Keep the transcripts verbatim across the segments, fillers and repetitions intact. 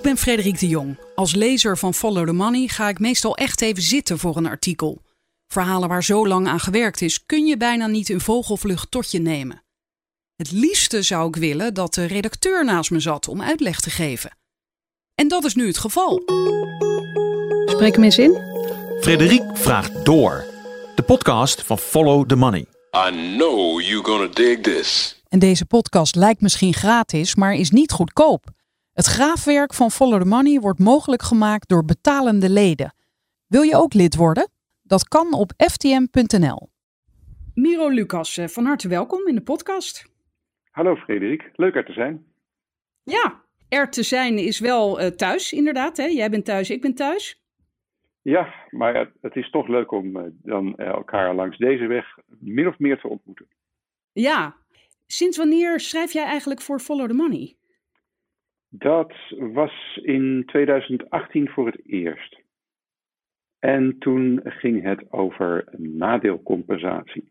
ben Frederik de Jong. Als lezer van Follow the Money ga ik meestal echt even zitten voor een artikel. Verhalen waar zo lang aan gewerkt is, kun je bijna niet in vogelvlucht tot je nemen. Het liefste zou ik willen dat de redacteur naast me zat om uitleg te geven. En dat is nu het geval. Spreek hem eens in. Frederik vraagt door. De podcast van Follow the Money. I know you're gonna dig this. En deze podcast lijkt misschien gratis, maar is niet goedkoop. Het graafwerk van Follow the Money wordt mogelijk gemaakt door betalende leden. Wil je ook lid worden? Dat kan op f t m punt n l. Miro Lucas, van harte welkom in de podcast. Hallo Frederik, leuk er te zijn. Ja, er te zijn is wel uh, thuis inderdaad. Hè? Jij bent thuis, ik ben thuis. Ja, maar het, het is toch leuk om uh, dan uh, elkaar langs deze weg min of meer te ontmoeten. Ja, sinds wanneer schrijf jij eigenlijk voor Follow the Money? Dat was in twintig achttien voor het eerst. En toen ging het over nadeelcompensatie.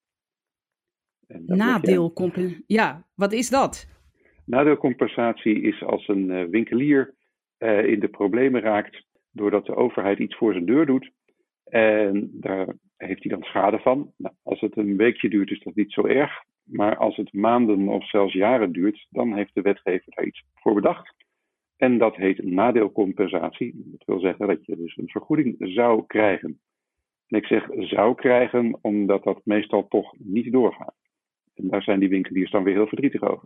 Nadeelcompensatie, ja, wat is dat? Nadeelcompensatie is als een uh, winkelier uh, in de problemen raakt doordat de overheid iets voor zijn deur doet. En daar heeft hij dan schade van. Nou, als het een weekje duurt is dat niet zo erg. Maar als het maanden of zelfs jaren duurt, dan heeft de wetgever daar iets voor bedacht. En dat heet nadeelcompensatie. Dat wil zeggen dat je dus een vergoeding zou krijgen. En ik zeg zou krijgen, omdat dat meestal toch niet doorgaat. En daar zijn die winkeliers dan weer heel verdrietig over.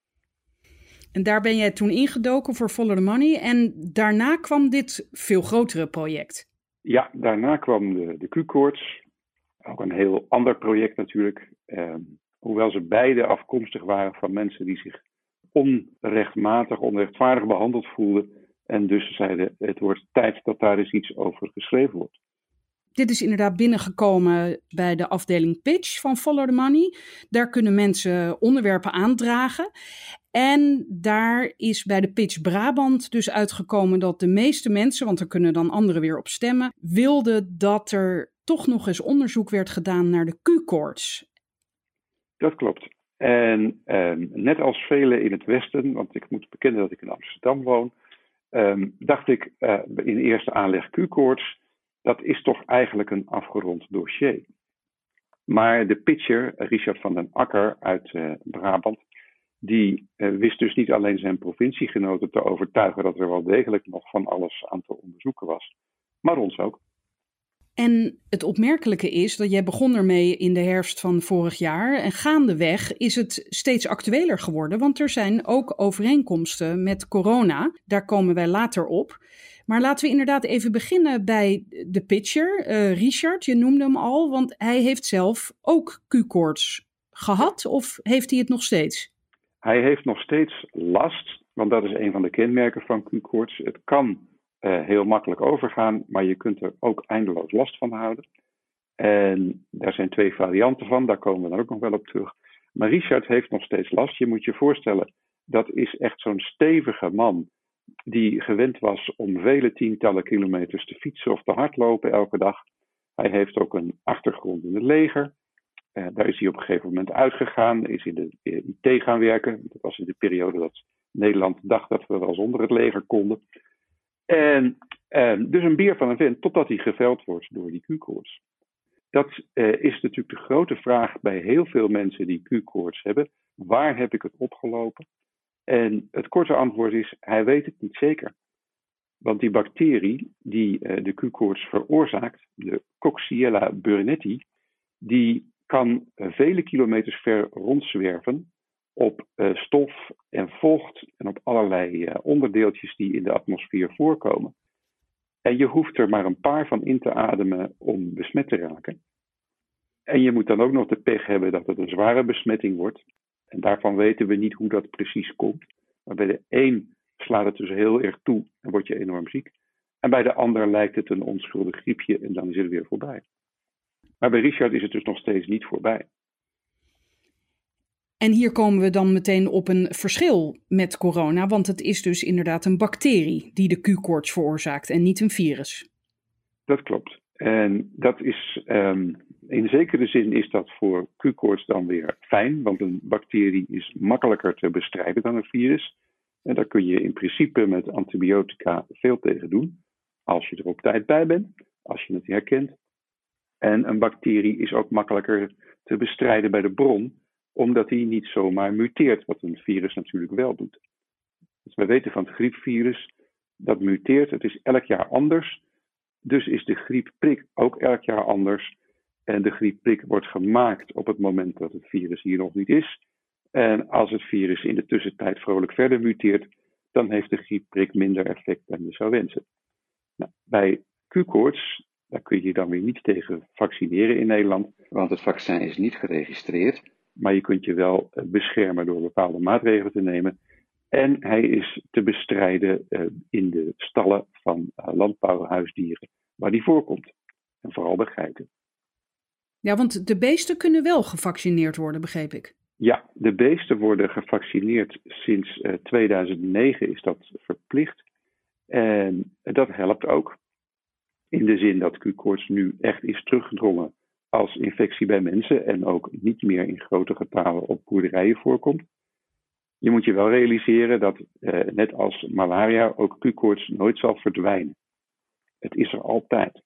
En daar ben jij toen ingedoken voor Follow the Money. En daarna kwam dit veel grotere project. Ja, daarna kwam de, de Q-koorts. Ook een heel ander project natuurlijk. Eh, hoewel ze beide afkomstig waren van mensen die zich onrechtmatig, onrechtvaardig behandeld voelden. En dus zeiden, het wordt tijd dat daar eens iets over geschreven wordt. Dit is inderdaad binnengekomen bij de afdeling Pitch van Follow the Money. Daar kunnen mensen onderwerpen aandragen. En daar is bij de Pitch Brabant dus uitgekomen dat de meeste mensen, want er kunnen dan anderen weer op stemmen, wilden dat er toch nog eens onderzoek werd gedaan naar de Q-koorts. Dat klopt. En eh, net als velen in het Westen, want ik moet bekennen dat ik in Amsterdam woon, eh, dacht ik uh, in eerste aanleg Q-koorts, dat is toch eigenlijk een afgerond dossier. Maar de pitcher, Richard van den Akker uit uh, Brabant, die uh, wist dus niet alleen zijn provinciegenoten te overtuigen dat er wel degelijk nog van alles aan te onderzoeken was, maar ons ook. En het opmerkelijke is dat jij begon ermee in de herfst van vorig jaar en gaandeweg is het steeds actueler geworden, want er zijn ook overeenkomsten met corona. Daar komen wij later op. Maar laten we inderdaad even beginnen bij de pitcher, uh, Richard, je noemde hem al, want hij heeft zelf ook Q-koorts gehad of heeft hij het nog steeds? Hij heeft nog steeds last, want dat is een van de kenmerken van Q-koorts. Het kan uh, heel makkelijk overgaan, maar je kunt er ook eindeloos last van houden. En daar zijn twee varianten van, daar komen we dan ook nog wel op terug. Maar Richard heeft nog steeds last. Je moet je voorstellen, dat is echt zo'n stevige man die gewend was om vele tientallen kilometers te fietsen of te hardlopen elke dag. Hij heeft ook een achtergrond in het leger. Uh, daar is hij op een gegeven moment uitgegaan, is in de I T gaan werken. Dat was in de periode dat Nederland dacht dat we wel zonder het leger konden. En uh, dus een beer van een vent, totdat hij geveld wordt door die Q-koorts. Dat uh, is natuurlijk de grote vraag bij heel veel mensen die Q-koorts hebben. Waar heb ik het opgelopen? En het korte antwoord is, hij weet het niet zeker. Want die bacterie die uh, de Q-koorts veroorzaakt, de Coxiella burnetii, die kan uh, vele kilometers ver rondzwerven op uh, stof en vocht en op allerlei uh, onderdeeltjes die in de atmosfeer voorkomen. En je hoeft er maar een paar van in te ademen om besmet te raken. En je moet dan ook nog de pech hebben dat het een zware besmetting wordt. En daarvan weten we niet hoe dat precies komt. Maar bij de een slaat het dus heel erg toe en word je enorm ziek. En bij de ander lijkt het een onschuldig griepje en dan is het weer voorbij. Maar bij Richard is het dus nog steeds niet voorbij. En hier komen we dan meteen op een verschil met corona, want het is dus inderdaad een bacterie die de Q-koorts veroorzaakt en niet een virus. Dat klopt. En dat is, um, in zekere zin is dat voor Q-koorts dan weer fijn, want een bacterie is makkelijker te bestrijden dan een virus. En daar kun je in principe met antibiotica veel tegen doen. Als je er op tijd bij bent, als je het herkent. En een bacterie is ook makkelijker te bestrijden bij de bron, omdat die niet zomaar muteert, wat een virus natuurlijk wel doet. Dus wij weten van het griepvirus, dat muteert, het is elk jaar anders. Dus is de griepprik ook elk jaar anders. En de griepprik wordt gemaakt op het moment dat het virus hier nog niet is. En als het virus in de tussentijd vrolijk verder muteert, dan heeft de griepprik minder effect dan je zou wensen. Nou, bij Q-koorts, daar kun je je dan weer niet tegen vaccineren in Nederland, want het vaccin is niet geregistreerd. Maar je kunt je wel beschermen door bepaalde maatregelen te nemen. En hij is te bestrijden uh, in de stallen van uh, landbouwhuisdieren, waar die voorkomt. En vooral de geiten. Ja, want de beesten kunnen wel gevaccineerd worden, begreep ik. Ja, de beesten worden gevaccineerd sinds uh, tweeduizend negen is dat verplicht. En dat helpt ook. In de zin dat Q-koorts nu echt is teruggedrongen als infectie bij mensen en ook niet meer in grote getalen op boerderijen voorkomt. Je moet je wel realiseren dat, uh, net als malaria, ook Q-koorts nooit zal verdwijnen. Het is er altijd.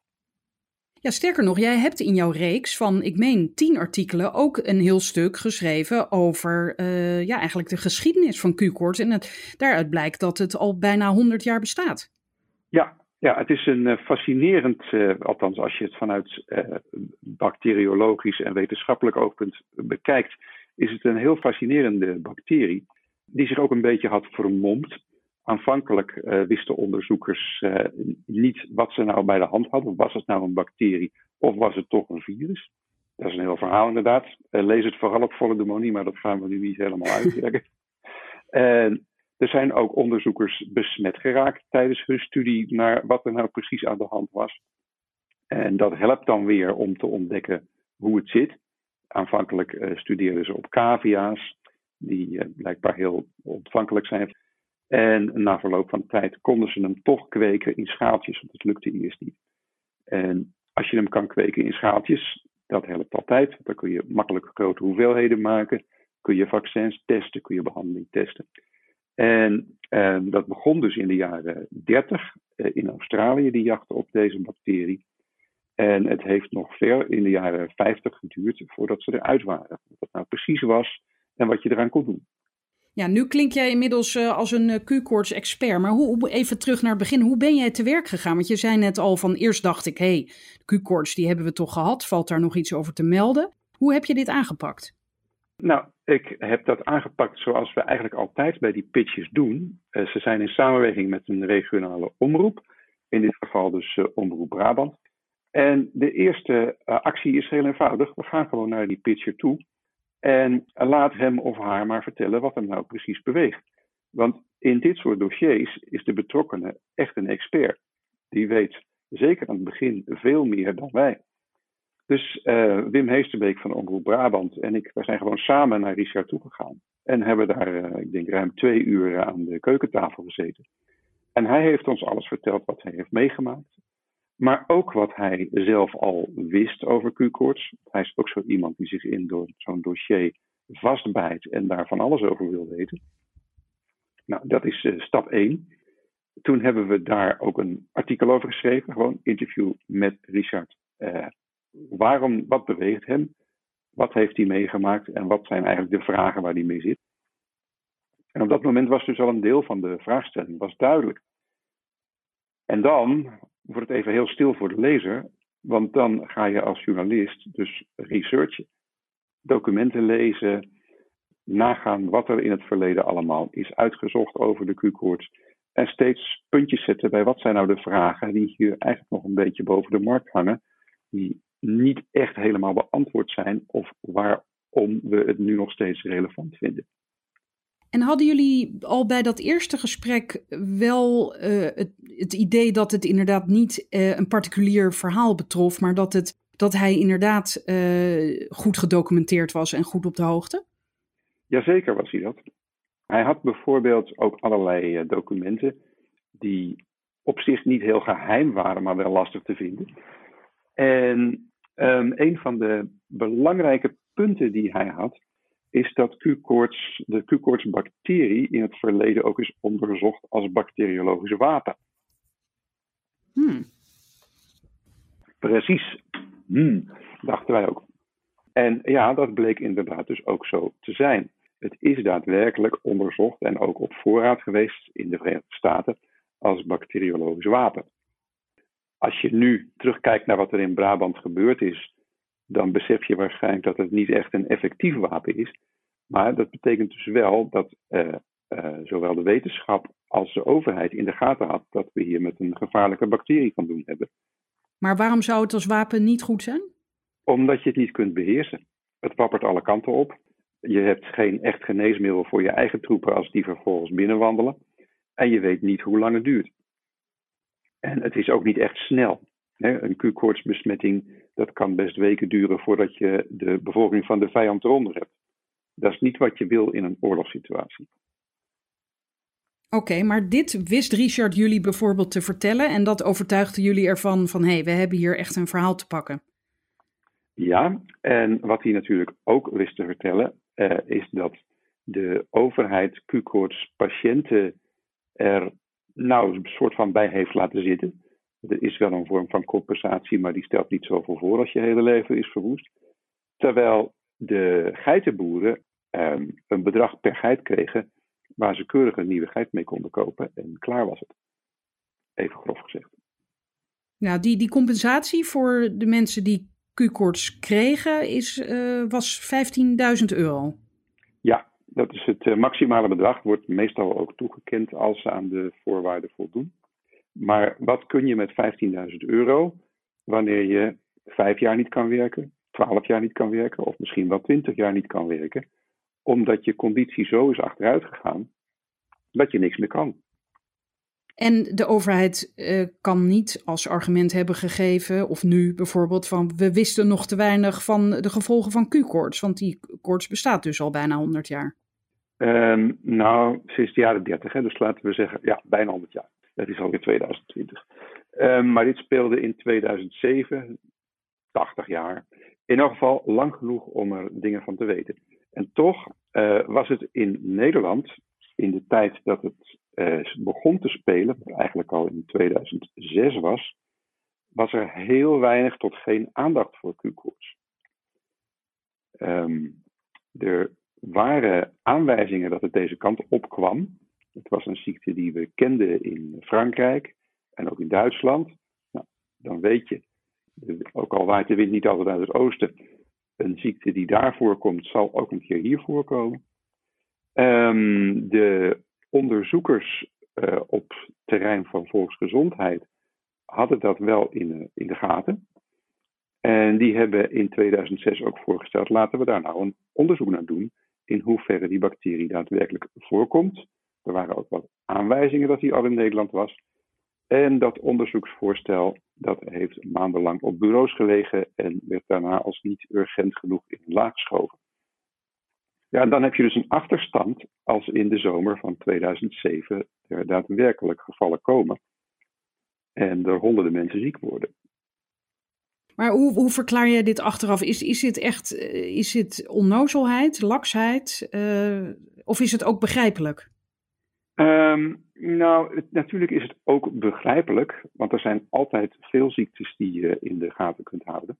Ja, sterker nog, jij hebt in jouw reeks van, ik meen, tien artikelen ook een heel stuk geschreven over uh, ja, eigenlijk de geschiedenis van Q-koorts. En het, daaruit blijkt dat het al bijna honderd jaar bestaat. Ja, ja het is een uh, fascinerend, uh, althans als je het vanuit uh, bacteriologisch en wetenschappelijk oogpunt bekijkt, is het een heel fascinerende bacterie die zich ook een beetje had vermomd. Aanvankelijk uh, wisten onderzoekers uh, niet wat ze nou bij de hand hadden. Was het nou een bacterie of was het toch een virus? Dat is een heel verhaal inderdaad. Uh, lees het vooral op Volledemonie, maar dat gaan we nu niet helemaal uitleggen. En er zijn ook onderzoekers besmet geraakt tijdens hun studie naar wat er nou precies aan de hand was. En dat helpt dan weer om te ontdekken hoe het zit. Aanvankelijk uh, studeerden ze op cavia's, die uh, blijkbaar heel ontvankelijk zijn. En na verloop van tijd konden ze hem toch kweken in schaaltjes, want het lukte eerst niet. En als je hem kan kweken in schaaltjes, dat helpt altijd. Dan kun je makkelijk grote hoeveelheden maken, kun je vaccins testen, kun je behandeling testen. En eh, dat begon dus in de jaren dertig eh, in Australië, die jacht op deze bacterie. En het heeft nog ver in de jaren vijftig geduurd voordat ze eruit waren. Wat dat nou precies was en wat je eraan kon doen. Ja, nu klink jij inmiddels uh, als een uh, Q-koorts-expert. Maar hoe, even terug naar het begin. Hoe ben jij te werk gegaan? Want je zei net al van eerst dacht ik, hé, hey, Q-koorts die hebben we toch gehad. Valt daar nog iets over te melden? Hoe heb je dit aangepakt? Nou, ik heb dat aangepakt zoals we eigenlijk altijd bij die pitches doen. Uh, ze zijn in samenwerking met een regionale omroep. In dit geval dus uh, Omroep Brabant. En de eerste uh, actie is heel eenvoudig. We gaan gewoon naar die pitcher toe. En laat hem of haar maar vertellen wat hem nou precies beweegt. Want in dit soort dossiers is de betrokkenen echt een expert. Die weet zeker aan het begin veel meer dan wij. Dus uh, Wim Heesterbeek van Omroep Brabant en ik, wij zijn gewoon samen naar Richard toegegaan. En hebben daar, uh, ik denk, ruim twee uur aan de keukentafel gezeten. En hij heeft ons alles verteld wat hij heeft meegemaakt. Maar ook wat hij zelf al wist over Q-koorts. Hij is ook zo iemand die zich in door zo'n dossier vastbijt en daar van alles over wil weten. Nou, dat is uh, stap één. Toen hebben we daar ook een artikel over geschreven. Gewoon interview met Richard. Uh, waarom, wat beweegt hem? Wat heeft hij meegemaakt? En wat zijn eigenlijk de vragen waar hij mee zit? En op dat moment was dus al een deel van de vraagstelling was duidelijk. En dan wordt het even heel stil voor de lezer, want dan ga je als journalist dus researchen, documenten lezen, nagaan wat er in het verleden allemaal is uitgezocht over de Q-koorts en steeds puntjes zetten bij wat zijn nou de vragen die hier eigenlijk nog een beetje boven de markt hangen, die niet echt helemaal beantwoord zijn of waarom we het nu nog steeds relevant vinden. En hadden jullie al bij dat eerste gesprek wel uh, het, het idee dat het inderdaad niet uh, een particulier verhaal betrof, maar dat, het, dat hij inderdaad uh, goed gedocumenteerd was en goed op de hoogte? Jazeker was hij dat. Hij had bijvoorbeeld ook allerlei uh, documenten die op zich niet heel geheim waren, maar wel lastig te vinden. En um, een van de belangrijke punten die hij had, is dat Q-koorts, de Q-koortsbacterie in het verleden ook is onderzocht als bacteriologisch wapen. Hmm. Precies, hmm, dachten wij ook. En ja, dat bleek inderdaad dus ook zo te zijn. Het is daadwerkelijk onderzocht en ook op voorraad geweest in de Verenigde Staten als bacteriologisch wapen. Als je nu terugkijkt naar wat er in Brabant gebeurd is, dan besef je waarschijnlijk dat het niet echt een effectief wapen is. Maar dat betekent dus wel dat uh, uh, zowel de wetenschap als de overheid in de gaten had dat we hier met een gevaarlijke bacterie van doen hebben. Maar waarom zou het als wapen niet goed zijn? Omdat je het niet kunt beheersen. Het wappert alle kanten op. Je hebt geen echt geneesmiddel voor je eigen troepen als die vervolgens binnenwandelen. En je weet niet hoe lang het duurt. En het is ook niet echt snel. Een Q-koortsbesmetting, dat kan best weken duren voordat je de bevolking van de vijand eronder hebt. Dat is niet wat je wil in een oorlogssituatie. Oké, okay, maar dit wist Richard jullie bijvoorbeeld te vertellen en dat overtuigde jullie ervan van hé, hey, we hebben hier echt een verhaal te pakken. Ja, en wat hij natuurlijk ook wist te vertellen, uh, is dat de overheid Q-koorts patiënten er nou een soort van bij heeft laten zitten. Er is wel een vorm van compensatie, maar die stelt niet zoveel voor als je hele leven is verwoest. Terwijl de geitenboeren um, een bedrag per geit kregen waar ze keurig een nieuwe geit mee konden kopen en klaar was het. Even grof gezegd. Nou, die, die compensatie voor de mensen die Q-koorts kregen is, uh, was vijftienduizend euro. Ja, dat is het uh, maximale bedrag. Wordt meestal ook toegekend als ze aan de voorwaarden voldoen. Maar wat kun je met vijftienduizend euro wanneer je vijf jaar niet kan werken, twaalf jaar niet kan werken of misschien wel twintig jaar niet kan werken, omdat je conditie zo is achteruit gegaan dat je niks meer kan. En de overheid uh, kan niet als argument hebben gegeven, of nu bijvoorbeeld, van we wisten nog te weinig van de gevolgen van Q-koorts, want die koorts bestaat dus al bijna honderd jaar. Um, nou, sinds de jaren dertig, hè, dus laten we zeggen, ja, bijna honderd jaar. Het is alweer tweeduizend twintig. Um, maar dit speelde in tweeduizend zeven, tachtig jaar. In elk geval lang genoeg om er dingen van te weten. En toch uh, was het in Nederland, in de tijd dat het uh, begon te spelen, wat eigenlijk al in tweeduizend zes was, was er heel weinig tot geen aandacht voor Q-koorts. Um, er waren aanwijzingen dat het deze kant op kwam. Het was een ziekte die we kenden in Frankrijk en ook in Duitsland. Nou, dan weet je, ook al waait de wind niet altijd uit het oosten, een ziekte die daar voorkomt zal ook een keer hier voorkomen. Um, de onderzoekers uh, op het terrein van volksgezondheid hadden dat wel in, uh, in de gaten. En die hebben in tweeduizend zes ook voorgesteld, laten we daar nou een onderzoek naar doen in hoeverre die bacterie daadwerkelijk voorkomt. Er waren ook wat aanwijzingen dat die al in Nederland was. En dat onderzoeksvoorstel dat heeft maandenlang op bureaus gelegen en werd daarna als niet urgent genoeg in de laag geschoven. Ja, dan heb je dus een achterstand als in de zomer van tweeduizend zeven er daadwerkelijk gevallen komen. En er honderden mensen ziek worden. Maar hoe, hoe verklaar jij dit achteraf? Is, is dit echt is dit onnozelheid, laksheid uh, of is het ook begrijpelijk? Um, nou, het, natuurlijk is het ook begrijpelijk, want er zijn altijd veel ziektes die je in de gaten kunt houden.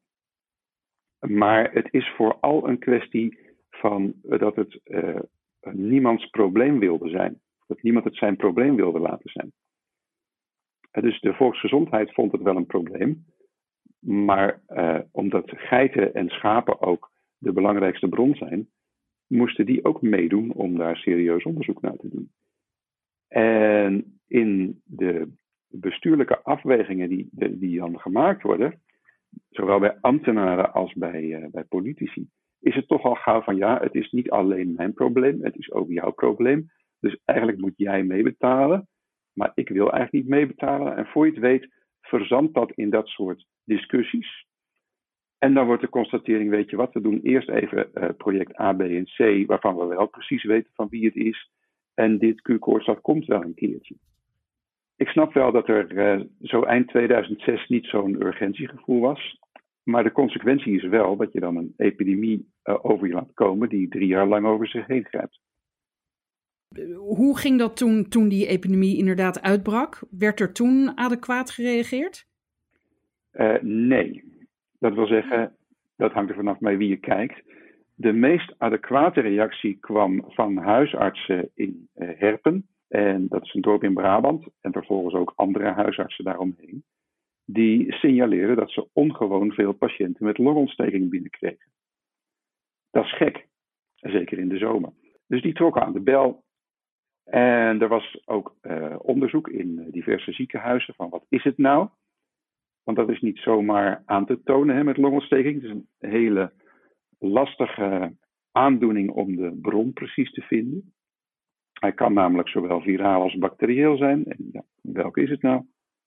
Maar het is vooral een kwestie van uh, dat het uh, niemands probleem wilde zijn. Dat niemand het zijn probleem wilde laten zijn. Uh, dus de volksgezondheid vond het wel een probleem. Maar uh, omdat geiten en schapen ook de belangrijkste bron zijn, moesten die ook meedoen om daar serieus onderzoek naar te doen. En in de bestuurlijke afwegingen die, die dan gemaakt worden, zowel bij ambtenaren als bij, uh, bij politici, is het toch al gauw van ja, het is niet alleen mijn probleem, het is ook jouw probleem. Dus eigenlijk moet jij meebetalen, maar ik wil eigenlijk niet meebetalen. En voor je het weet, verzandt dat in dat soort discussies. En dan wordt de constatering, weet je wat, we doen eerst even uh, project A, B en C, waarvan we wel precies weten van wie het is. En dit Q-koorts, dat komt wel een keertje. Ik snap wel dat er uh, zo eind tweeduizend zes niet zo'n urgentiegevoel was. Maar de consequentie is wel dat je dan een epidemie uh, over je laat komen die drie jaar lang over zich heen grijpt. Hoe ging dat toen, toen die epidemie inderdaad uitbrak? Werd er toen adequaat gereageerd? Uh, nee. Dat wil zeggen, dat hangt er vanaf bij wie je kijkt. De meest adequate reactie kwam van huisartsen in uh, Herpen. En dat is een dorp in Brabant. En vervolgens ook andere huisartsen daaromheen. Die signaleerden dat ze ongewoon veel patiënten met longontsteking binnenkregen. Dat is gek. Zeker in de zomer. Dus die trokken aan de bel. En er was ook uh, onderzoek in diverse ziekenhuizen van wat is het nou? Want dat is niet zomaar aan te tonen hè, met longontsteking. Het is een hele lastige aandoening om de bron precies te vinden. Hij kan namelijk zowel viraal als bacterieel zijn. En ja, welke is het nou?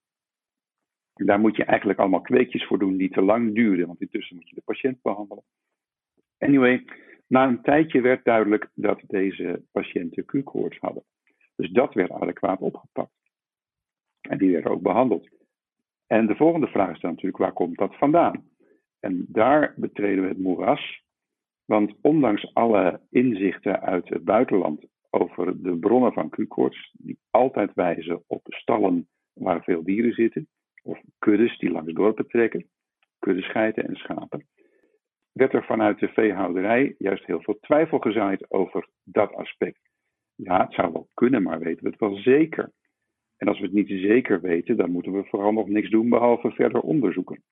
Daar moet je eigenlijk allemaal kweekjes voor doen die te lang duren. Want intussen moet je de patiënt behandelen. Anyway, na een tijdje werd duidelijk dat deze patiënten Q-koorts hadden. Dus dat werd adequaat opgepakt. En die werden ook behandeld. En de volgende vraag is dan natuurlijk, waar komt dat vandaan? En daar betreden we het moeras. Want ondanks alle inzichten uit het buitenland over de bronnen van Q-koorts, die altijd wijzen op stallen waar veel dieren zitten, of kuddes die langs dorpen trekken, kuddes geiten en schapen, werd er vanuit de veehouderij juist heel veel twijfel gezaaid over dat aspect. Ja, het zou wel kunnen, maar weten we het wel zeker? En als we het niet zeker weten, dan moeten we vooral nog niks doen behalve verder onderzoeken.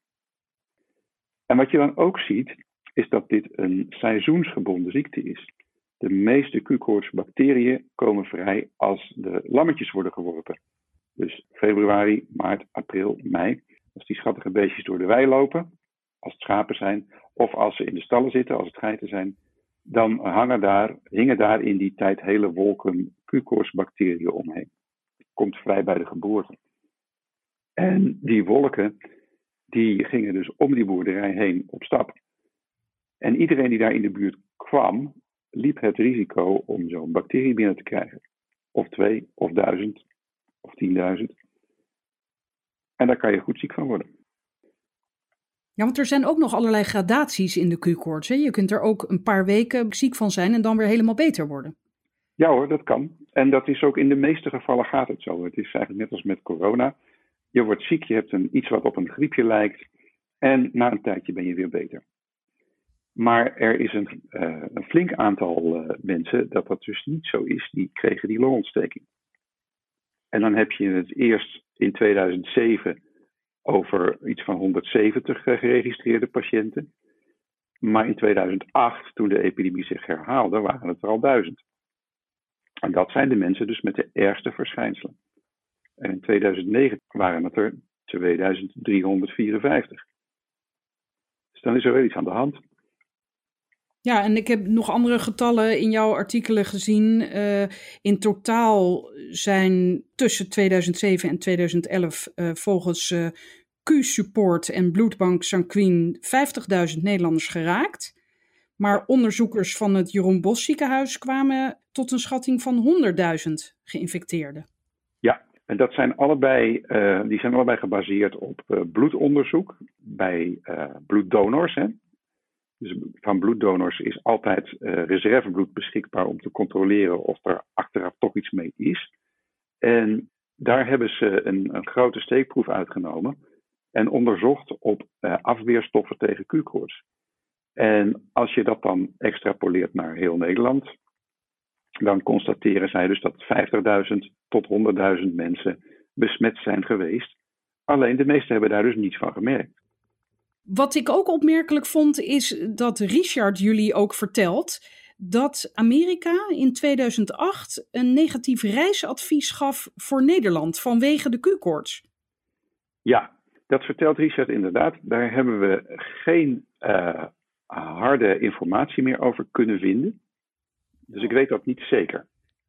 En wat je dan ook ziet, is dat dit een seizoensgebonden ziekte is. De meeste Q-koortsbacteriën komen vrij als de lammetjes worden geworpen. Dus februari, maart, april, mei. Als die schattige beestjes door de wei lopen, als het schapen zijn, of als ze in de stallen zitten, als het geiten zijn, dan hangen daar, hingen daar in die tijd hele wolken Q-koortsbacteriën omheen. Komt vrij bij de geboorte. En die wolken, die gingen dus om die boerderij heen op stap. En iedereen die daar in de buurt kwam, liep het risico om zo'n bacterie binnen te krijgen. Of twee, of duizend, of tienduizend. En daar kan je goed ziek van worden. Ja, want er zijn ook nog allerlei gradaties in de Q-koorts. Hè? Je kunt er ook een paar weken ziek van zijn en dan weer helemaal beter worden. Ja hoor, dat kan. En dat is ook in de meeste gevallen gaat het zo. Het is eigenlijk net als met corona. Je wordt ziek, je hebt een, iets wat op een griepje lijkt. En na een tijdje ben je weer beter. Maar er is een, uh, een flink aantal uh, mensen dat dat dus niet zo is. Die kregen die longontsteking. En dan heb je het eerst in tweeduizend zeven over iets van honderdzeventig uh, geregistreerde patiënten. Maar in tweeduizend acht, toen de epidemie zich herhaalde, waren het er al duizend. En dat zijn de mensen dus met de ergste verschijnselen. En in tweeduizend negen waren het er tweeduizend driehonderdvierenvijftig. Dus dan is er wel iets aan de hand. Ja, en ik heb nog andere getallen in jouw artikelen gezien. Uh, in totaal zijn tussen tweeduizend zeven en tweeduizend elf uh, volgens uh, Q-Support en Bloedbank Sanquin vijftigduizend Nederlanders geraakt. Maar onderzoekers van het Jeroen Bosch ziekenhuis kwamen tot een schatting van honderdduizend geïnfecteerden. Ja, en dat zijn allebei, uh, die zijn allebei gebaseerd op uh, bloedonderzoek bij uh, bloeddonors. Hè. Dus van bloeddonors is altijd uh, reservebloed beschikbaar om te controleren of er achteraf toch iets mee is. En daar hebben ze een, een grote steekproef uitgenomen en onderzocht op uh, afweerstoffen tegen Q-koorts. En als je dat dan extrapoleert naar heel Nederland, dan constateren zij dus dat vijftigduizend tot honderdduizend mensen besmet zijn geweest. Alleen de meesten hebben daar dus niets van gemerkt. Wat ik ook opmerkelijk vond is dat Richard jullie ook vertelt dat Amerika in tweeduizend acht een negatief reisadvies gaf voor Nederland vanwege de Q-koorts. Ja, dat vertelt Richard inderdaad. Daar hebben we geen uh, harde informatie meer over kunnen vinden. Dus ik weet dat niet zeker.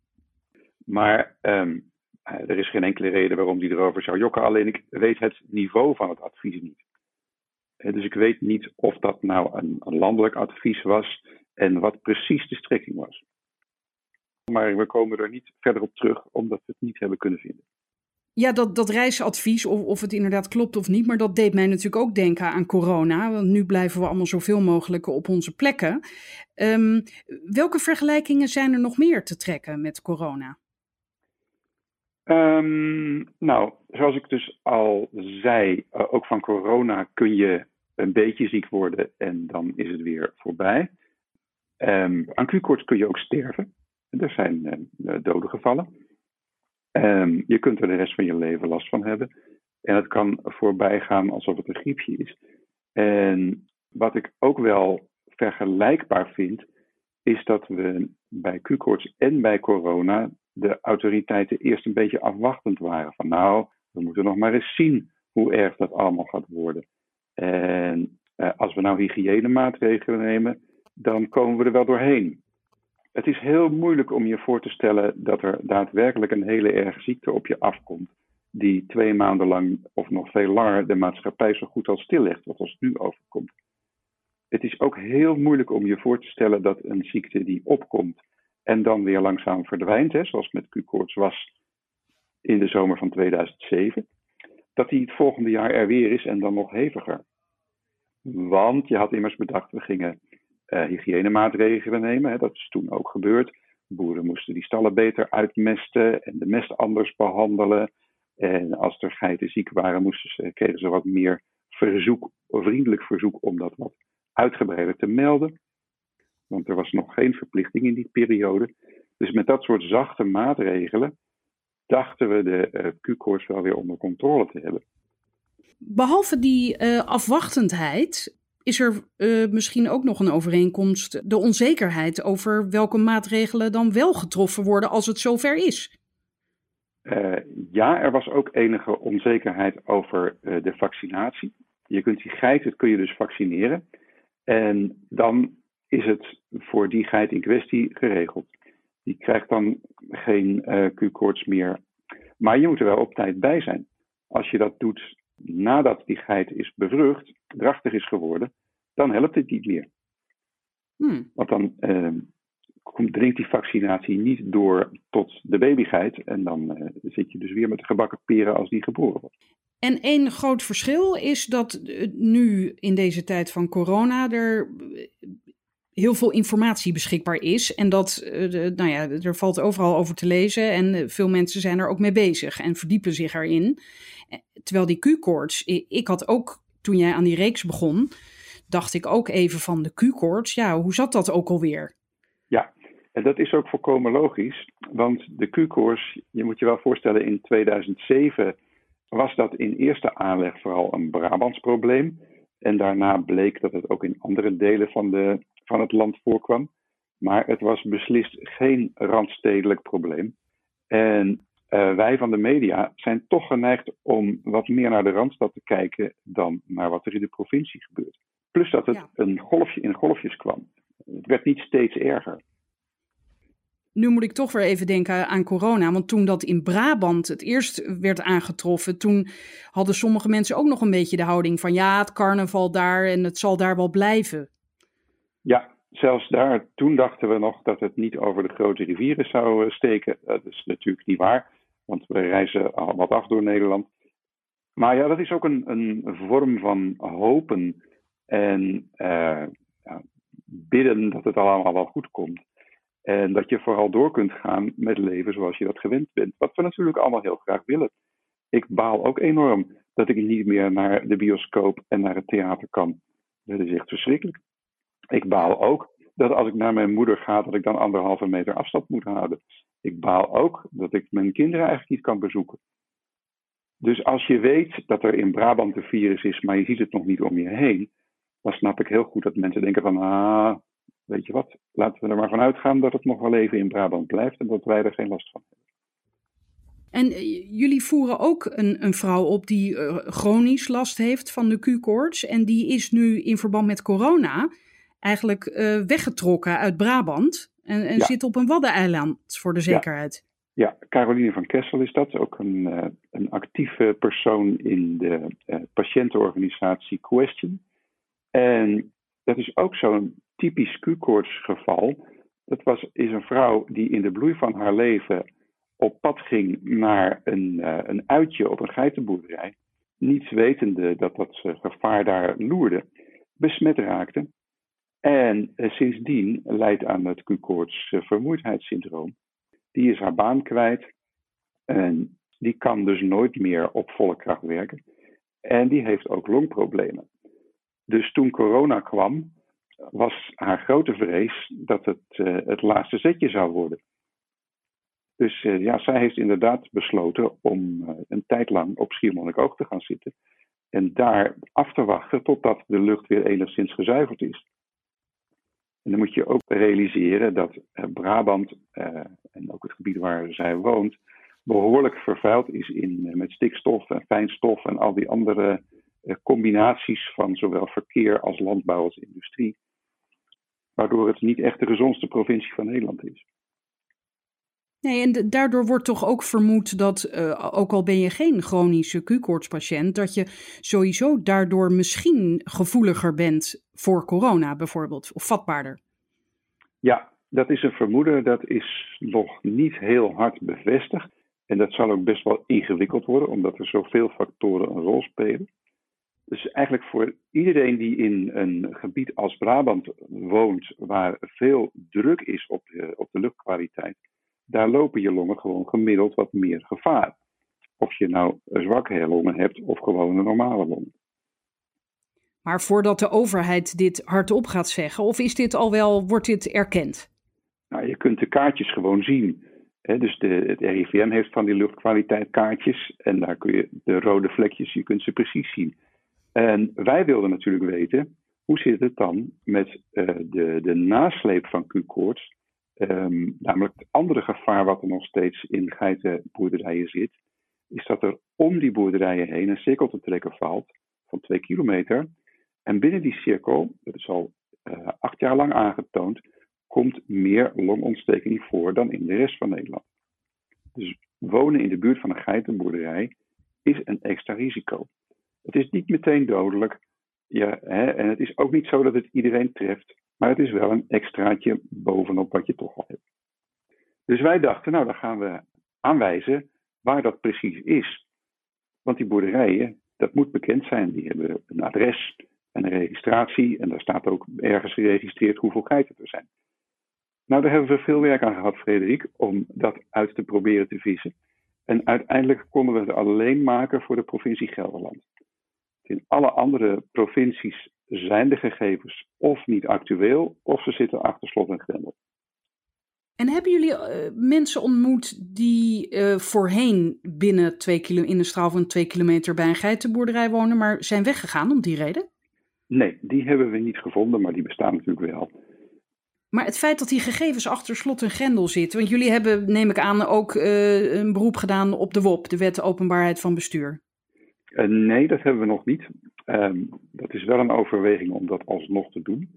Maar um, er is geen enkele reden waarom die erover zou jokken. Alleen ik weet het niveau van het advies niet. Dus ik weet niet of dat nou een, een landelijk advies was en wat precies de strekking was. Maar we komen er niet verder op terug omdat we het niet hebben kunnen vinden. Ja, dat, dat reisadvies, of, of het inderdaad klopt of niet, maar dat deed mij natuurlijk ook denken aan corona. Want nu blijven we allemaal zoveel mogelijk op onze plekken. Um, welke vergelijkingen zijn er nog meer te trekken met corona? Um, nou, zoals ik dus al zei, uh, ook van corona kun je een beetje ziek worden en dan is het weer voorbij. Um, aan Q-koorts kun je ook sterven. Er zijn uh, doden gevallen. Um, je kunt er de rest van je leven last van hebben. En het kan voorbij gaan alsof het een griepje is. En wat ik ook wel vergelijkbaar vind, is dat we bij Q-koorts en bij corona de autoriteiten eerst een beetje afwachtend waren. Van nou, we moeten nog maar eens zien hoe erg dat allemaal gaat worden. En uh, als we nou hygiënemaatregelen nemen, dan komen we er wel doorheen. Het is heel moeilijk om je voor te stellen dat er daadwerkelijk een hele erge ziekte op je afkomt, die twee maanden lang of nog veel langer de maatschappij zo goed als stillegt, wat ons nu overkomt. Het is ook heel moeilijk om je voor te stellen dat een ziekte die opkomt en dan weer langzaam verdwijnt, hè, zoals met Q-koorts was in de zomer van tweeduizend zeven, dat die het volgende jaar er weer is en dan nog heviger. Want je had immers bedacht, we gingen uh, hygiënemaatregelen nemen. Hè, dat is toen ook gebeurd. Boeren moesten die stallen beter uitmesten en de mest anders behandelen. En als er geiten ziek waren, moesten ze, kregen ze wat meer verzoek, vriendelijk verzoek om dat wat uitgebreider te melden. Want er was nog geen verplichting in die periode. Dus met dat soort zachte maatregelen dachten we de uh, Q-koorts wel weer onder controle te hebben. Behalve die uh, afwachtendheid is er uh, misschien ook nog een overeenkomst, de onzekerheid over welke maatregelen dan wel getroffen worden als het zover is. Uh, ja, er was ook enige onzekerheid over uh, de vaccinatie. Je kunt die geit, dat kun je dus vaccineren. En dan is het voor die geit in kwestie geregeld. Die krijgt dan geen uh, Q-koorts meer. Maar je moet er wel op tijd bij zijn. Als je dat doet nadat die geit is bevrucht, drachtig is geworden, dan helpt het niet meer. Hmm. Want dan uh, dringt die vaccinatie niet door tot de babygeit. En dan uh, zit je dus weer met de gebakken peren als die geboren wordt. En één groot verschil is dat nu in deze tijd van corona er heel veel informatie beschikbaar is. En dat, uh, nou ja, er valt overal over te lezen en veel mensen zijn er ook mee bezig en verdiepen zich erin. Terwijl die Q-koorts, ik had ook, toen jij aan die reeks begon, dacht ik ook even van de Q-koorts. Ja, hoe zat dat ook alweer? Ja, en dat is ook volkomen logisch. Want de Q-koorts, je moet je wel voorstellen, in tweeduizend zeven was dat in eerste aanleg vooral een Brabants probleem. En daarna bleek dat het ook in andere delen van, de, van het land voorkwam. Maar het was beslist geen randstedelijk probleem. En uh, wij van de media zijn toch geneigd om wat meer naar de Randstad te kijken dan naar wat er in de provincie gebeurt. Plus dat het ja. een golfje in golfjes kwam. Het werd niet steeds erger. Nu moet ik toch weer even denken aan corona, want toen dat in Brabant het eerst werd aangetroffen, toen hadden sommige mensen ook nog een beetje de houding van ja, het carnaval daar en het zal daar wel blijven. Ja, zelfs daar, toen dachten we nog dat het niet over de grote rivieren zou steken. Dat is natuurlijk niet waar, want we reizen al wat af door Nederland. Maar ja, dat is ook een, een vorm van hopen en uh, ja, bidden dat het allemaal wel goed komt. En dat je vooral door kunt gaan met leven zoals je dat gewend bent. Wat we natuurlijk allemaal heel graag willen. Ik baal ook enorm dat ik niet meer naar de bioscoop en naar het theater kan. Dat is echt verschrikkelijk. Ik baal ook dat als ik naar mijn moeder ga, dat ik dan anderhalve meter afstand moet houden. Ik baal ook dat ik mijn kinderen eigenlijk niet kan bezoeken. Dus als je weet dat er in Brabant een virus is, maar je ziet het nog niet om je heen, dan snap ik heel goed dat mensen denken van, ah, weet je wat, laten we er maar van uitgaan dat het nog wel even in Brabant blijft en dat wij er geen last van hebben. En uh, jullie voeren ook een, een vrouw op die uh, chronisch last heeft van de Q-koorts en die is nu in verband met corona eigenlijk uh, weggetrokken uit Brabant en, en ja. zit op een waddeneiland voor de zekerheid. Ja, ja, Caroline van Kessel is dat, ook een, uh, een actieve persoon in de uh, patiëntenorganisatie Question. En dat is ook zo'n typisch Q-koorts geval. Dat was, is een vrouw die in de bloei van haar leven op pad ging naar een, uh, een uitje op een geitenboerderij, niets wetende dat dat uh, gevaar daar loerde, besmet raakte. En uh, sindsdien leidt aan het Q-koorts uh, vermoeidheidssyndroom. Die is haar baan kwijt en die kan dus nooit meer op volle kracht werken. En die heeft ook longproblemen. Dus toen corona kwam, was haar grote vrees dat het uh, het laatste zetje zou worden. Dus uh, ja, zij heeft inderdaad besloten om uh, een tijd lang op Schiermonnikoog te gaan zitten. En daar af te wachten totdat de lucht weer enigszins gezuiverd is. En dan moet je ook realiseren dat uh, Brabant uh, en ook het gebied waar zij woont behoorlijk vervuild is in, uh, met stikstof en fijnstof en al die andere uh, combinaties van zowel verkeer als landbouw als industrie. Waardoor het niet echt de gezondste provincie van Nederland is. Nee, en de, daardoor wordt toch ook vermoed dat, uh, ook al ben je geen chronische Q-koortspatiënt, dat je sowieso daardoor misschien gevoeliger bent voor corona bijvoorbeeld, of vatbaarder. Ja, dat is een vermoeden, dat is nog niet heel hard bevestigd. En dat zal ook best wel ingewikkeld worden, omdat er zoveel factoren een rol spelen. Dus eigenlijk voor iedereen die in een gebied als Brabant woont, waar veel druk is op de, op de luchtkwaliteit, daar lopen je longen gewoon gemiddeld wat meer gevaar. Of je nou zwakke longen hebt of gewoon een normale long. Maar voordat de overheid dit hardop gaat zeggen, of is dit al wel, wordt dit erkend? Nou, je kunt de kaartjes gewoon zien. He, dus de, het R I V M heeft van die luchtkwaliteitkaartjes en daar kun je de rode vlekjes, je kunt ze precies zien. En wij wilden natuurlijk weten, hoe zit het dan met uh, de, de nasleep van Q-koorts? Um, namelijk het andere gevaar wat er nog steeds in geitenboerderijen zit, is dat er om die boerderijen heen een cirkel te trekken valt van twee kilometer. En binnen die cirkel, dat is al uh, acht jaar lang aangetoond, komt meer longontsteking voor dan in de rest van Nederland. Dus wonen in de buurt van een geitenboerderij is een extra risico. Het is niet meteen dodelijk, ja, hè, en het is ook niet zo dat het iedereen treft, maar het is wel een extraatje bovenop wat je toch al hebt. Dus wij dachten, nou dan gaan we aanwijzen waar dat precies is. Want die boerderijen, dat moet bekend zijn, die hebben een adres en een registratie en daar staat ook ergens geregistreerd hoeveel geiten er zijn. Nou, daar hebben we veel werk aan gehad, Frederik, om dat uit te proberen te vissen. En uiteindelijk konden we het alleen maken voor de provincie Gelderland. In alle andere provincies zijn de gegevens of niet actueel, of ze zitten achter slot en grendel. En hebben jullie uh, mensen ontmoet die uh, voorheen binnen twee kilo, in een straal van twee kilometer bij een geitenboerderij wonen, maar zijn weggegaan om die reden? Nee, die hebben we niet gevonden, maar die bestaan natuurlijk wel. Maar het feit dat die gegevens achter slot en grendel zitten, want jullie hebben, neem ik aan, ook uh, een beroep gedaan op de W O P, de Wet Openbaarheid van Bestuur. Uh, nee, dat hebben we nog niet. Um, dat is wel een overweging om dat alsnog te doen.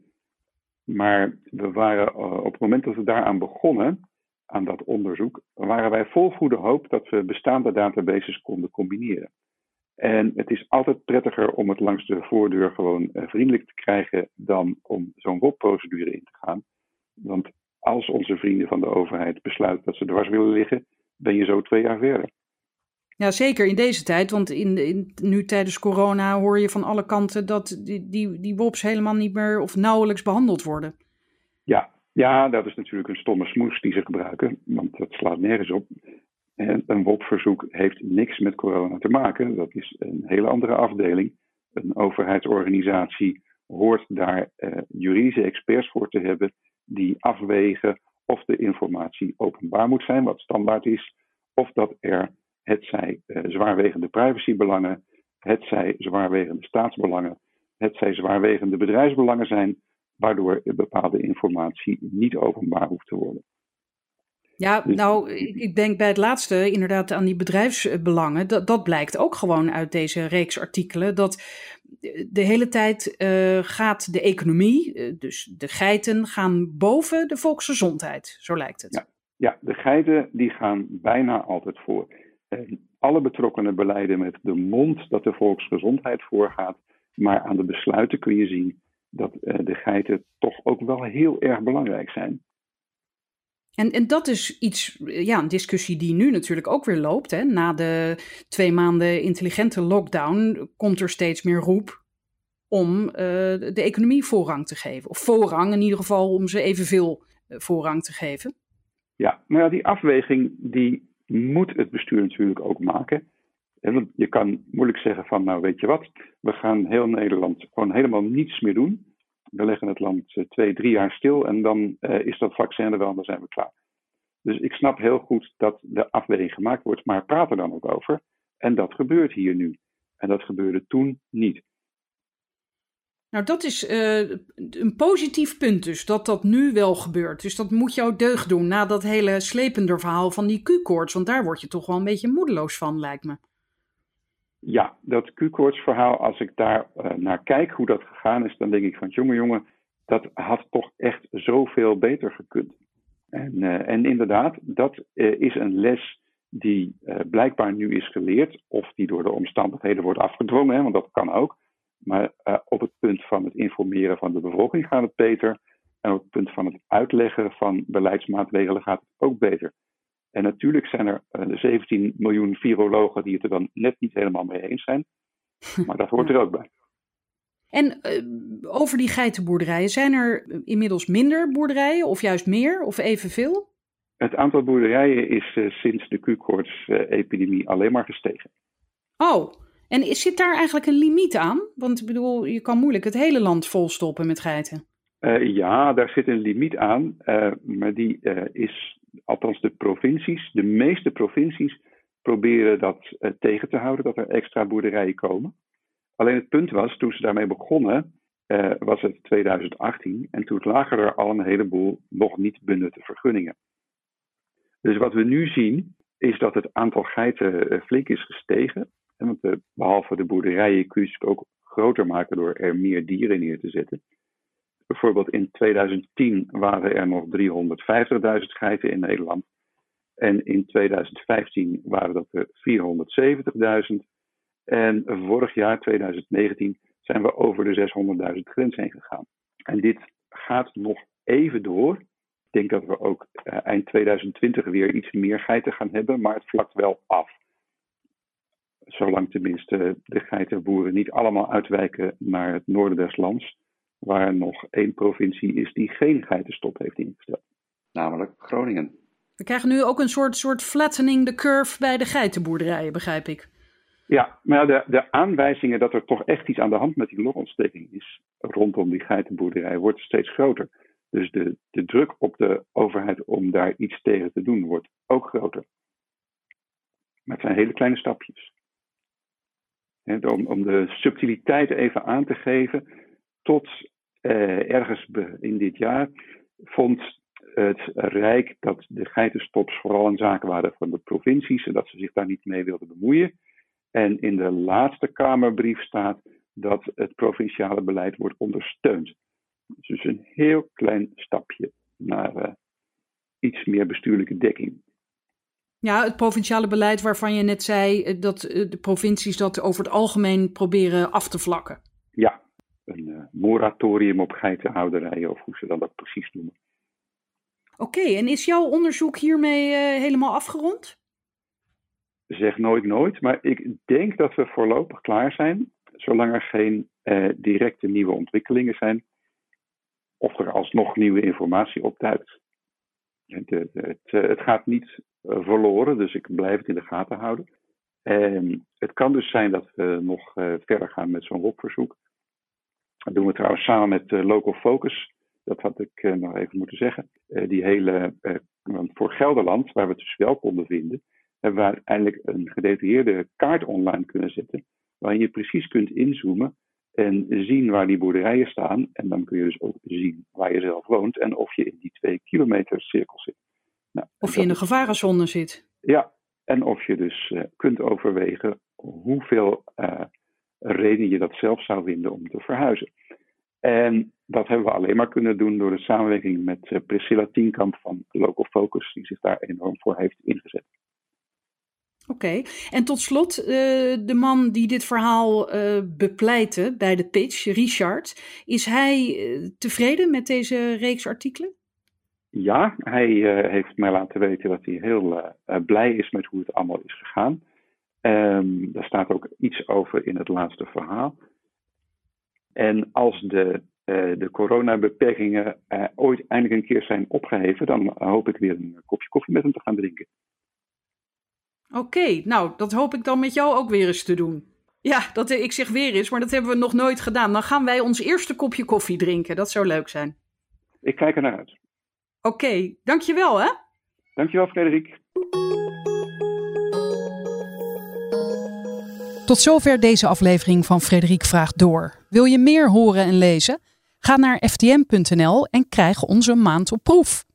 Maar we waren uh, op het moment dat we daaraan begonnen, aan dat onderzoek, waren wij vol goede hoop dat we bestaande databases konden combineren. En het is altijd prettiger om het langs de voordeur gewoon uh, vriendelijk te krijgen dan om zo'n W O P-procedure in te gaan. Want als onze vrienden van de overheid besluiten dat ze dwars willen liggen, ben je zo twee jaar verder. Ja, zeker in deze tijd, want in, in, nu tijdens corona hoor je van alle kanten dat die, die, die W O P's helemaal niet meer of nauwelijks behandeld worden. Ja, ja, dat is natuurlijk een stomme smoes die ze gebruiken, want dat slaat nergens op. En een W O P-verzoek heeft niks met corona te maken, dat is een hele andere afdeling. Een overheidsorganisatie hoort daar uh, juridische experts voor te hebben die afwegen of de informatie openbaar moet zijn, wat standaard is, of dat er hetzij uh, zwaarwegende privacybelangen, hetzij zwaarwegende staatsbelangen, hetzij zwaarwegende bedrijfsbelangen zijn, waardoor bepaalde informatie niet openbaar hoeft te worden. Ja, dus, nou, ik denk bij het laatste inderdaad aan die bedrijfsbelangen. Dat, dat blijkt ook gewoon uit deze reeks artikelen. Dat de hele tijd uh, gaat de economie, uh, dus de geiten, gaan boven de volksgezondheid. Zo lijkt het. Ja, ja, de geiten die gaan bijna altijd voor. En alle betrokkenen beleiden met de mond dat de volksgezondheid voorgaat. Maar aan de besluiten kun je zien dat uh, de geiten toch ook wel heel erg belangrijk zijn. En, en dat is iets, ja, een discussie die nu natuurlijk ook weer loopt. Hè. Na de twee maanden intelligente lockdown komt er steeds meer roep om uh, de economie voorrang te geven. Of voorrang in ieder geval om ze evenveel uh, voorrang te geven. Ja, maar ja, die afweging die moet het bestuur natuurlijk ook maken. En je kan moeilijk zeggen van, nou weet je wat, we gaan heel Nederland gewoon helemaal niets meer doen. We leggen het land uh, twee, drie jaar stil en dan uh, is dat vaccin er wel en dan zijn we klaar. Dus ik snap heel goed dat de afweging gemaakt wordt, maar praat er dan ook over. En dat gebeurt hier nu. En dat gebeurde toen niet. Nou, dat is uh, een positief punt dus, dat dat nu wel gebeurt. Dus dat moet jou deugd doen na dat hele slepende verhaal van die Q-koorts. Want daar word je toch wel een beetje moedeloos van, lijkt me. Ja, dat Q-koortsverhaal, als ik daar uh, naar kijk hoe dat gegaan is, dan denk ik van jongen, jongen, dat had toch echt zoveel beter gekund. En, uh, en inderdaad, dat uh, is een les die uh, blijkbaar nu is geleerd, of die door de omstandigheden wordt afgedwongen, hè, want dat kan ook. Maar uh, op het punt van het informeren van de bevolking gaat het beter. En op het punt van het uitleggen van beleidsmaatregelen gaat het ook beter. En natuurlijk zijn er uh, zeventien miljoen virologen die het er dan net niet helemaal mee eens zijn. Maar dat hoort er ook bij. En uh, over die geitenboerderijen, zijn er inmiddels minder boerderijen of juist meer of evenveel? Het aantal boerderijen is uh, sinds de Q-koorts-epidemie uh, alleen maar gestegen. Oh, en zit daar eigenlijk een limiet aan? Want ik bedoel, je kan moeilijk het hele land volstoppen met geiten. Uh, ja, daar zit een limiet aan, uh, maar die uh, is, althans de provincies, de meeste provincies proberen dat uh, tegen te houden, dat er extra boerderijen komen. Alleen het punt was, toen ze daarmee begonnen, uh, was het twintig achttien en toen lagen er al een heleboel nog niet benutte vergunningen. Dus wat we nu zien, is dat het aantal geiten uh, flink is gestegen. En want uh, behalve de boerderijen kun je ze ook groter maken door er meer dieren neer te zetten. Bijvoorbeeld in twintig tien waren er nog driehonderdvijftigduizend geiten in Nederland. En in twintig vijftien waren dat er vierhonderdzeventigduizend. En vorig jaar, twintig negentien, zijn we over de zeshonderdduizend grens heen gegaan. En dit gaat nog even door. Ik denk dat we ook uh, eind twintig twintig weer iets meer geiten gaan hebben, maar het vlakt wel af. Zolang tenminste de geitenboeren niet allemaal uitwijken naar het noorden des lands, waar nog één provincie is die geen geitenstop heeft ingesteld. Namelijk Groningen. We krijgen nu ook een soort, soort flattening the curve bij de geitenboerderijen, begrijp ik. Ja, maar de, de aanwijzingen dat er toch echt iets aan de hand met die longontsteking is rondom die geitenboerderij wordt steeds groter. Dus de, de druk op de overheid om daar iets tegen te doen wordt ook groter. Maar het zijn hele kleine stapjes. He, om, om de subtiliteit even aan te geven, tot eh, ergens in dit jaar vond het Rijk dat de geitenstops vooral een zaak waren van de provincies en dat ze zich daar niet mee wilden bemoeien. En in de laatste Kamerbrief staat dat het provinciale beleid wordt ondersteund. Dus een heel klein stapje naar uh, iets meer bestuurlijke dekking. Ja, het provinciale beleid waarvan je net zei dat de provincies dat over het algemeen proberen af te vlakken. Ja, een uh, moratorium op geitenhouderijen of hoe ze dat ook precies noemen. Oké, okay, en is jouw onderzoek hiermee uh, helemaal afgerond? Zeg nooit nooit, maar ik denk dat we voorlopig klaar zijn, zolang er geen uh, directe nieuwe ontwikkelingen zijn, of er alsnog nieuwe informatie opduikt. De, de, het, het gaat niet uh, verloren, dus ik blijf het in de gaten houden. En het kan dus zijn dat we nog uh, verder gaan met zo'n W O P-verzoek. Dat doen we trouwens samen met uh, Local Focus. Dat had ik uh, nog even moeten zeggen. Uh, die hele, uh, want voor Gelderland, waar we het dus wel konden vinden, hebben we uiteindelijk een gedetailleerde kaart online kunnen zetten, waarin je precies kunt inzoomen en zien waar die boerderijen staan. En dan kun je dus ook zien waar je zelf woont en of je in die twee kilometer cirkel zit. Nou, of je in de gevarenzone zit. Ja, en of je dus uh, kunt overwegen hoeveel uh, reden je dat zelf zou vinden om te verhuizen. En dat hebben we alleen maar kunnen doen door de samenwerking met uh, Priscilla Tienkamp van Local Focus, die zich daar enorm voor heeft ingezet. Oké, okay. En tot slot, uh, de man die dit verhaal uh, bepleitte bij de pitch, Richard, is hij uh, tevreden met deze reeks artikelen? Ja, hij uh, heeft mij laten weten dat hij heel uh, uh, blij is met hoe het allemaal is gegaan. Um, daar staat ook iets over in het laatste verhaal. En als de, uh, de coronabeperkingen uh, ooit eindelijk een keer zijn opgeheven, dan hoop ik weer een kopje koffie met hem te gaan drinken. Oké, okay, nou, dat hoop ik dan met jou ook weer eens te doen. Ja, dat, ik zeg weer eens, maar dat hebben we nog nooit gedaan. Dan gaan wij ons eerste kopje koffie drinken. Dat zou leuk zijn. Ik kijk er naar uit. Oké, okay, dankjewel hè. Dankjewel Frederik. Tot zover deze aflevering van Frederik Vraagt Door. Wil je meer horen en lezen? Ga naar f t m punt n l en krijg onze maand op proef.